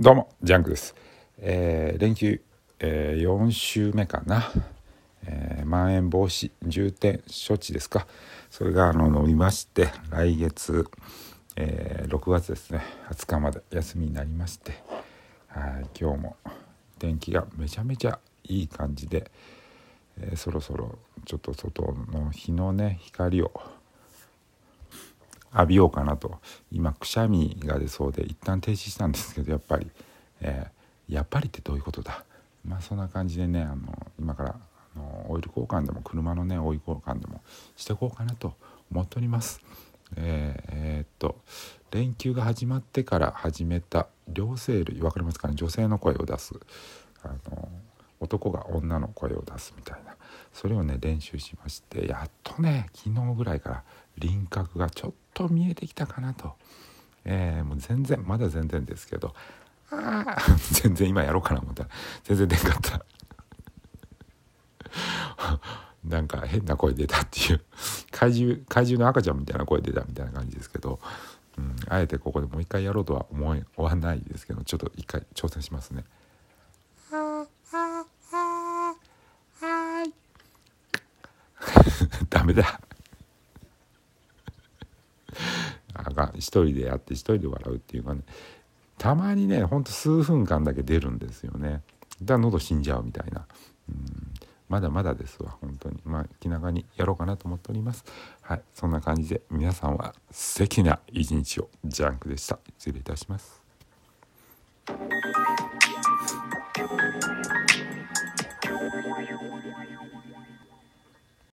どうもジャンクです。連休、4週目かな、まん延防止重点措置ですか、それが伸びまして、来月、6月ですね、20日まで休みになりまして、今日も天気がめちゃめちゃいい感じで、そろそろちょっと外の日のね光を浴びようかなと。今くしゃみが出そうで一旦停止したんですけど、やっぱりってどういうことだ。そんな感じでね、今からオイル交換でも車のねオイル交換でもしていこうかなと思っております。連休が始まってから始めた両声類、分かりますかね、女性の声を出す、男が女の声を出すみたいな、それをね練習しまして、やっとね昨日ぐらいから輪郭がちょっと見えてきたかなと。もうまだ全然ですけど、全然今やろうかな思ったら全然出んかったなんか変な声出たっていう、怪獣の赤ちゃんみたいな声出たみたいな感じですけど、あえてここでもう一回やろうとは思わないですけど、ちょっと一回挑戦しますね。ダメだ一人でやって一人で笑うっていうかね、たまにねほんと数分間だけ出るんですよね。だから喉死んじゃうみたいな、まだまだですわ本当に。気長にやろうかなと思っております。はい、そんな感じで皆さんは素敵な一日を。ジャンクでした。失礼いたします。